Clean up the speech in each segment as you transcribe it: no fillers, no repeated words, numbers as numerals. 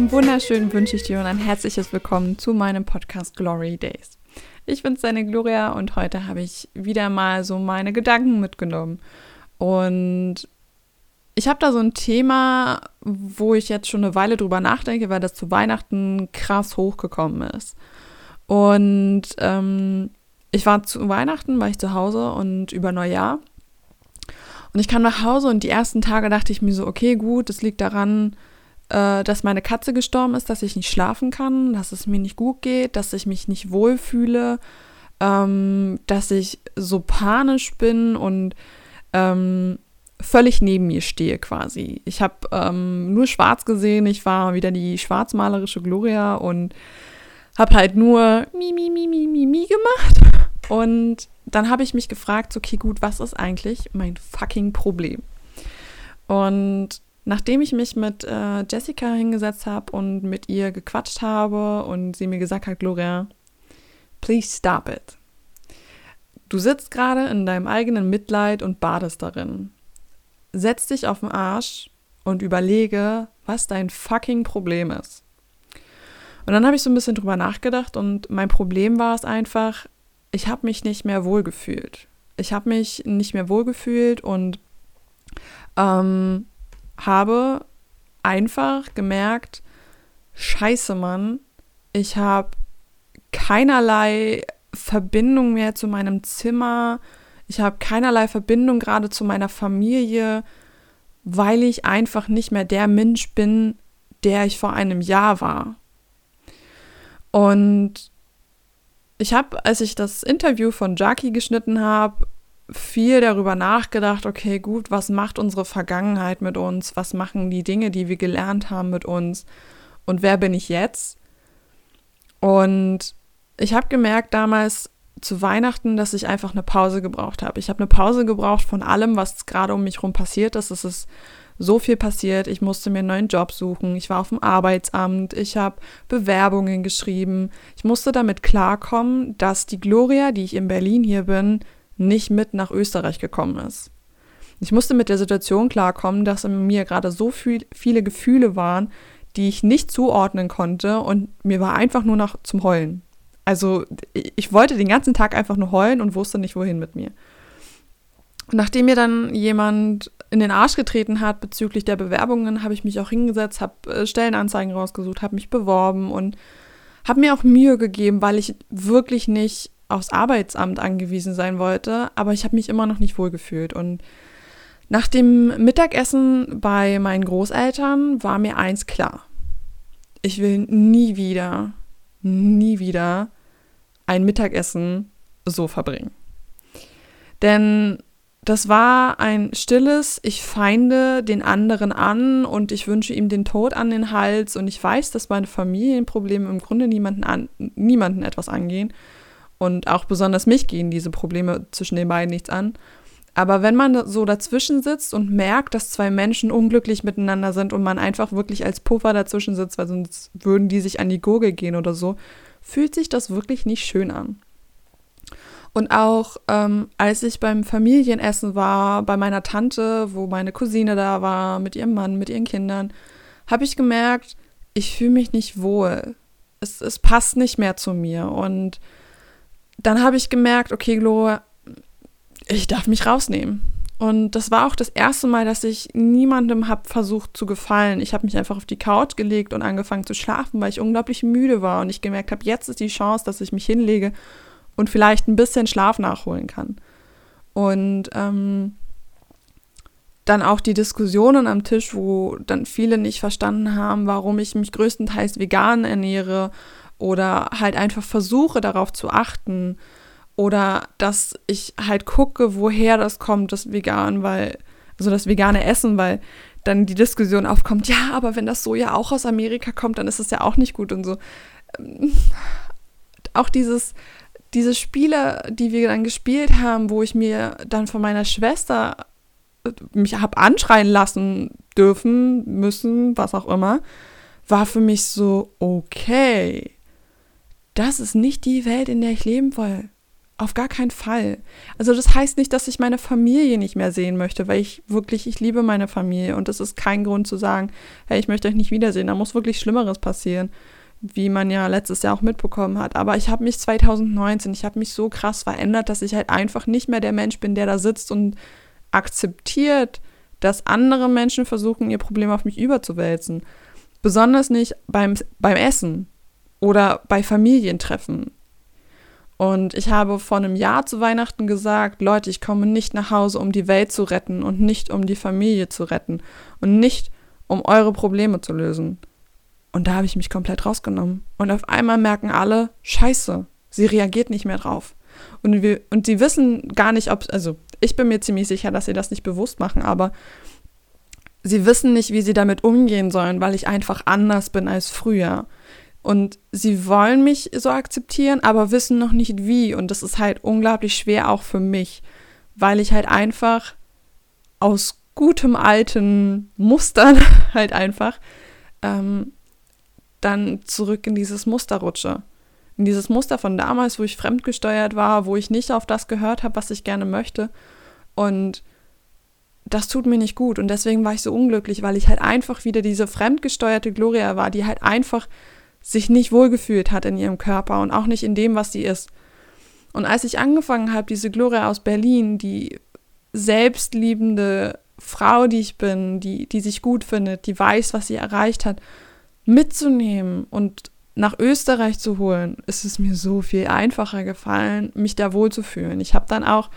Einen wunderschönen wünsche ich dir und ein herzliches Willkommen zu meinem Podcast Glory Days. Ich bin's, deine Gloria, und heute habe ich wieder mal so meine Gedanken mitgenommen. Und ich habe da so ein Thema, wo ich jetzt schon eine Weile drüber nachdenke, weil das zu Weihnachten krass hochgekommen ist. Und ich war zu Weihnachten, war ich zu Hause und über Neujahr. Und ich kam nach Hause und die ersten Tage dachte ich mir so, okay, gut, das liegt daran, dass meine Katze gestorben ist, dass ich nicht schlafen kann, dass es mir nicht gut geht, dass ich mich nicht wohlfühle, dass ich so panisch bin und völlig neben mir stehe quasi. Ich habe nur schwarz gesehen, ich war wieder die schwarzmalerische Gloria und habe halt nur mi gemacht. Und dann habe ich mich gefragt, okay, gut, was ist eigentlich mein fucking Problem? Und nachdem ich mich mit Jessica hingesetzt habe und mit ihr gequatscht habe und sie mir gesagt hat, Gloria, please stop it. Du sitzt gerade in deinem eigenen Mitleid und badest darin. Setz dich auf den Arsch und überlege, was dein fucking Problem ist. Und dann habe ich so ein bisschen drüber nachgedacht und mein Problem war es einfach, ich habe mich nicht mehr wohlgefühlt. Ich habe mich nicht mehr wohlgefühlt und habe einfach gemerkt, scheiße, Mann, ich habe keinerlei Verbindung mehr zu meinem Zimmer, ich habe keinerlei Verbindung gerade zu meiner Familie, weil ich einfach nicht mehr der Mensch bin, der ich vor einem Jahr war. Und ich habe, als ich das Interview von Jackie geschnitten habe, viel darüber nachgedacht, okay, gut, was macht unsere Vergangenheit mit uns? Was machen die Dinge, die wir gelernt haben mit uns? Und wer bin ich jetzt? Und ich habe gemerkt damals zu Weihnachten, dass ich einfach eine Pause gebraucht habe. Ich habe eine Pause gebraucht von allem, was gerade um mich herum passiert ist. Es ist so viel passiert. Ich musste mir einen neuen Job suchen. Ich war auf dem Arbeitsamt. Ich habe Bewerbungen geschrieben. Ich musste damit klarkommen, dass die Gloria, die ich in Berlin hier bin, nicht mit nach Österreich gekommen ist. Ich musste mit der Situation klarkommen, dass in mir gerade so viele Gefühle waren, die ich nicht zuordnen konnte und mir war einfach nur noch zum Heulen. Also ich wollte den ganzen Tag einfach nur heulen und wusste nicht, wohin mit mir. Und nachdem mir dann jemand in den Arsch getreten hat bezüglich der Bewerbungen, habe ich mich auch hingesetzt, habe Stellenanzeigen rausgesucht, habe mich beworben und habe mir auch Mühe gegeben, weil ich wirklich nicht aufs Arbeitsamt angewiesen sein wollte, aber ich habe mich immer noch nicht wohlgefühlt. Und nach dem Mittagessen bei meinen Großeltern war mir eins klar. Ich will nie wieder ein Mittagessen so verbringen. Denn das war ein stilles, ich feinde den anderen an und ich wünsche ihm den Tod an den Hals und ich weiß, dass meine Familienprobleme im Grunde niemanden etwas angehen. Und auch besonders mich gehen diese Probleme zwischen den beiden nichts an. Aber wenn man so dazwischen sitzt und merkt, dass zwei Menschen unglücklich miteinander sind und man einfach wirklich als Puffer dazwischen sitzt, weil sonst würden die sich an die Gurgel gehen oder so, fühlt sich das wirklich nicht schön an. Und auch als ich beim Familienessen war, bei meiner Tante, wo meine Cousine da war, mit ihrem Mann, mit ihren Kindern, habe ich gemerkt, ich fühle mich nicht wohl. Es passt nicht mehr zu mir. Und dann habe ich gemerkt, okay, Gloria, ich darf mich rausnehmen. Und das war auch das erste Mal, dass ich niemandem habe versucht zu gefallen. Ich habe mich einfach auf die Couch gelegt und angefangen zu schlafen, weil ich unglaublich müde war. Und ich gemerkt habe, jetzt ist die Chance, dass ich mich hinlege und vielleicht ein bisschen Schlaf nachholen kann. Und dann auch die Diskussionen am Tisch, wo dann viele nicht verstanden haben, warum ich mich größtenteils vegan ernähre oder halt einfach versuche, darauf zu achten oder dass ich halt gucke, woher das kommt, das vegane Essen, weil dann die Diskussion aufkommt, ja, aber wenn das Soja auch aus Amerika kommt, dann ist es ja auch nicht gut und so. Auch diese Spiele, die wir dann gespielt haben, wo ich mir dann von meiner Schwester mich habe anschreien lassen dürfen, müssen, was auch immer, war für mich so, okay, das ist nicht die Welt, in der ich leben will. Auf gar keinen Fall. Also das heißt nicht, dass ich meine Familie nicht mehr sehen möchte, weil ich liebe meine Familie und das ist kein Grund zu sagen, hey, ich möchte euch nicht wiedersehen, da muss wirklich Schlimmeres passieren, wie man ja letztes Jahr auch mitbekommen hat. Aber ich habe mich 2019, ich habe mich so krass verändert, dass ich halt einfach nicht mehr der Mensch bin, der da sitzt und akzeptiert, dass andere Menschen versuchen, ihr Problem auf mich überzuwälzen. Besonders nicht beim Essen oder bei Familientreffen. Und ich habe vor einem Jahr zu Weihnachten gesagt, Leute, ich komme nicht nach Hause, um die Welt zu retten und nicht um die Familie zu retten und nicht um eure Probleme zu lösen. Und da habe ich mich komplett rausgenommen. Und auf einmal merken alle, scheiße, sie reagiert nicht mehr drauf. Und sie wissen gar nicht, also ich bin mir ziemlich sicher, dass sie das nicht bewusst machen, aber sie wissen nicht, wie sie damit umgehen sollen, weil ich einfach anders bin als früher. Und sie wollen mich so akzeptieren, aber wissen noch nicht wie. Und das ist halt unglaublich schwer auch für mich, weil ich halt einfach aus gutem alten Mustern halt einfach dann zurück in dieses Muster rutsche. In dieses Muster von damals, wo ich fremdgesteuert war, wo ich nicht auf das gehört habe, was ich gerne möchte. Und das tut mir nicht gut. Und deswegen war ich so unglücklich, weil ich halt einfach wieder diese fremdgesteuerte Gloria war, die halt einfach sich nicht wohlgefühlt hat in ihrem Körper und auch nicht in dem, was sie ist. Und als ich angefangen habe, diese Gloria aus Berlin, die selbstliebende Frau, die ich bin, die sich gut findet, die weiß, was sie erreicht hat, mitzunehmen und nach Österreich zu holen, ist es mir so viel einfacher gefallen, mich da wohlzufühlen. Ich habe dann auch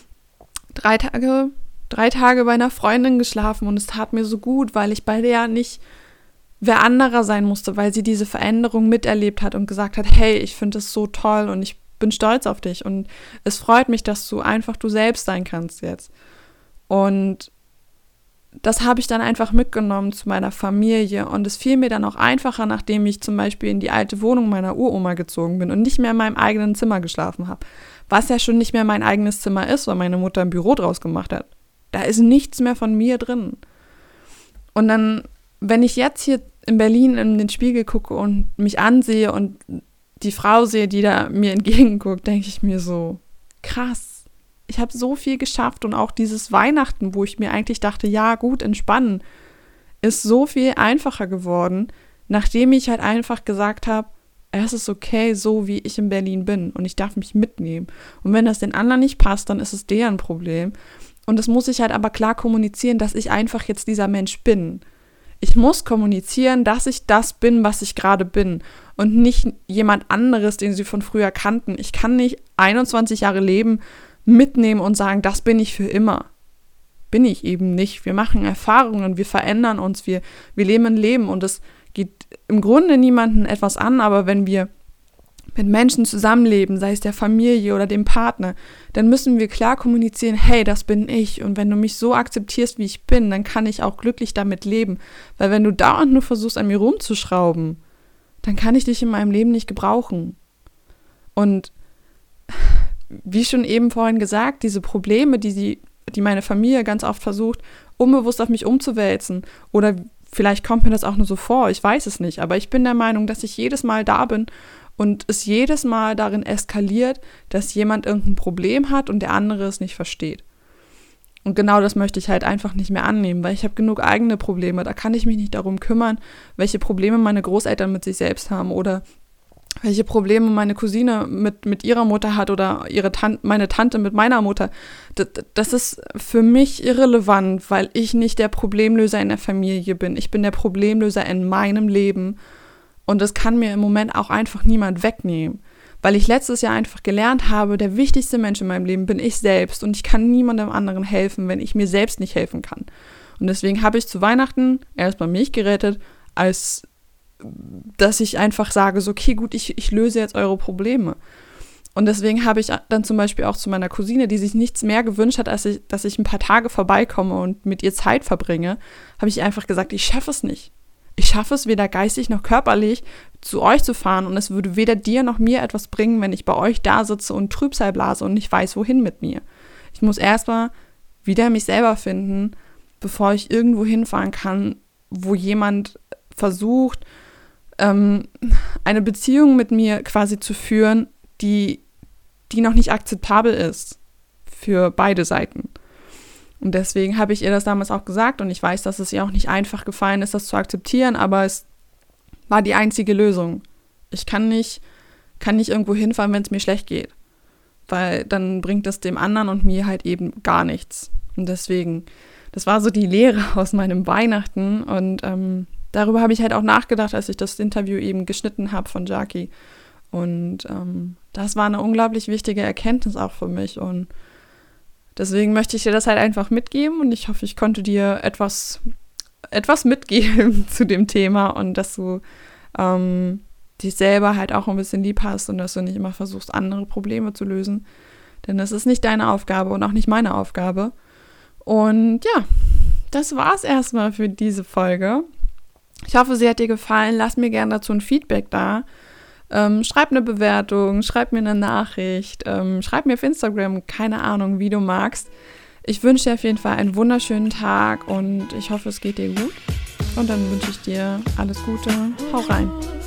3 Tage bei einer Freundin geschlafen und es tat mir so gut, weil ich bei der nicht wer anderer sein musste, weil sie diese Veränderung miterlebt hat und gesagt hat, hey, ich finde es so toll und ich bin stolz auf dich und es freut mich, dass du einfach du selbst sein kannst jetzt. Und das habe ich dann einfach mitgenommen zu meiner Familie und es fiel mir dann auch einfacher, nachdem ich zum Beispiel in die alte Wohnung meiner Uroma gezogen bin und nicht mehr in meinem eigenen Zimmer geschlafen habe. Was ja schon nicht mehr mein eigenes Zimmer ist, weil meine Mutter ein Büro draus gemacht hat. Da ist nichts mehr von mir drin. Und dann, wenn ich jetzt hier in Berlin in den Spiegel gucke und mich ansehe und die Frau sehe, die da mir entgegenguckt, denke ich mir so, krass. Ich habe so viel geschafft und auch dieses Weihnachten, wo ich mir eigentlich dachte, ja gut, entspannen, ist so viel einfacher geworden, nachdem ich halt einfach gesagt habe, es ist okay, so wie ich in Berlin bin und ich darf mich mitnehmen. Und wenn das den anderen nicht passt, dann ist es deren Problem. Und das muss ich halt aber klar kommunizieren, dass ich einfach jetzt dieser Mensch bin. Ich muss kommunizieren, dass ich das bin, was ich gerade bin und nicht jemand anderes, den sie von früher kannten. Ich kann nicht 21 Jahre leben, mitnehmen und sagen, das bin ich für immer. Bin ich eben nicht. Wir machen Erfahrungen, wir verändern uns, wir leben ein Leben und es geht im Grunde niemandem etwas an, aber wenn wir mit Menschen zusammenleben, sei es der Familie oder dem Partner, dann müssen wir klar kommunizieren, hey, das bin ich und wenn du mich so akzeptierst, wie ich bin, dann kann ich auch glücklich damit leben, weil wenn du dauernd nur versuchst, an mir rumzuschrauben, dann kann ich dich in meinem Leben nicht gebrauchen. Und wie schon eben vorhin gesagt, diese Probleme, die meine Familie ganz oft versucht, unbewusst auf mich umzuwälzen oder vielleicht kommt mir das auch nur so vor, ich weiß es nicht, aber ich bin der Meinung, dass ich jedes Mal da bin und es jedes Mal darin eskaliert, dass jemand irgendein Problem hat und der andere es nicht versteht. Und genau das möchte ich halt einfach nicht mehr annehmen, weil ich habe genug eigene Probleme, da kann ich mich nicht darum kümmern, welche Probleme meine Großeltern mit sich selbst haben oder welche Probleme meine Cousine mit ihrer Mutter hat oder meine Tante mit meiner Mutter. Das ist für mich irrelevant, weil ich nicht der Problemlöser in der Familie bin. Ich bin der Problemlöser in meinem Leben und das kann mir im Moment auch einfach niemand wegnehmen, weil ich letztes Jahr einfach gelernt habe, der wichtigste Mensch in meinem Leben bin ich selbst und ich kann niemandem anderen helfen, wenn ich mir selbst nicht helfen kann. Und deswegen habe ich zu Weihnachten erstmal mich gerettet, als dass ich einfach sage, so okay, gut, ich löse jetzt eure Probleme. Und deswegen habe ich dann zum Beispiel auch zu meiner Cousine, die sich nichts mehr gewünscht hat, als dass ich ein paar Tage vorbeikomme und mit ihr Zeit verbringe, habe ich einfach gesagt, ich schaffe es nicht. Ich schaffe es weder geistig noch körperlich, zu euch zu fahren und es würde weder dir noch mir etwas bringen, wenn ich bei euch da sitze und Trübsal blase und nicht weiß, wohin mit mir. Ich muss erstmal wieder mich selber finden, bevor ich irgendwo hinfahren kann, wo jemand versucht, eine Beziehung mit mir quasi zu führen, die die noch nicht akzeptabel ist für beide Seiten. Und deswegen habe ich ihr das damals auch gesagt und ich weiß, dass es ihr auch nicht einfach gefallen ist, das zu akzeptieren, aber es war die einzige Lösung. Ich kann nicht irgendwo hinfahren, wenn es mir schlecht geht, weil dann bringt es dem anderen und mir halt eben gar nichts. Und deswegen, das war so die Lehre aus meinem Weihnachten und darüber habe ich halt auch nachgedacht, als ich das Interview eben geschnitten habe von Jackie. Und das war eine unglaublich wichtige Erkenntnis auch für mich und deswegen möchte ich dir das halt einfach mitgeben und ich hoffe, ich konnte dir etwas mitgeben zu dem Thema und dass du dich selber halt auch ein bisschen lieb hast und dass du nicht immer versuchst, andere Probleme zu lösen. Denn das ist nicht deine Aufgabe und auch nicht meine Aufgabe. Und ja, das war's erstmal für diese Folge. Ich hoffe, sie hat dir gefallen. Lass mir gerne dazu ein Feedback da. Schreib eine Bewertung, schreib mir eine Nachricht, schreib mir auf Instagram, keine Ahnung, wie du magst. Ich wünsche dir auf jeden Fall einen wunderschönen Tag und ich hoffe, es geht dir gut. Und dann wünsche ich dir alles Gute. Hau rein.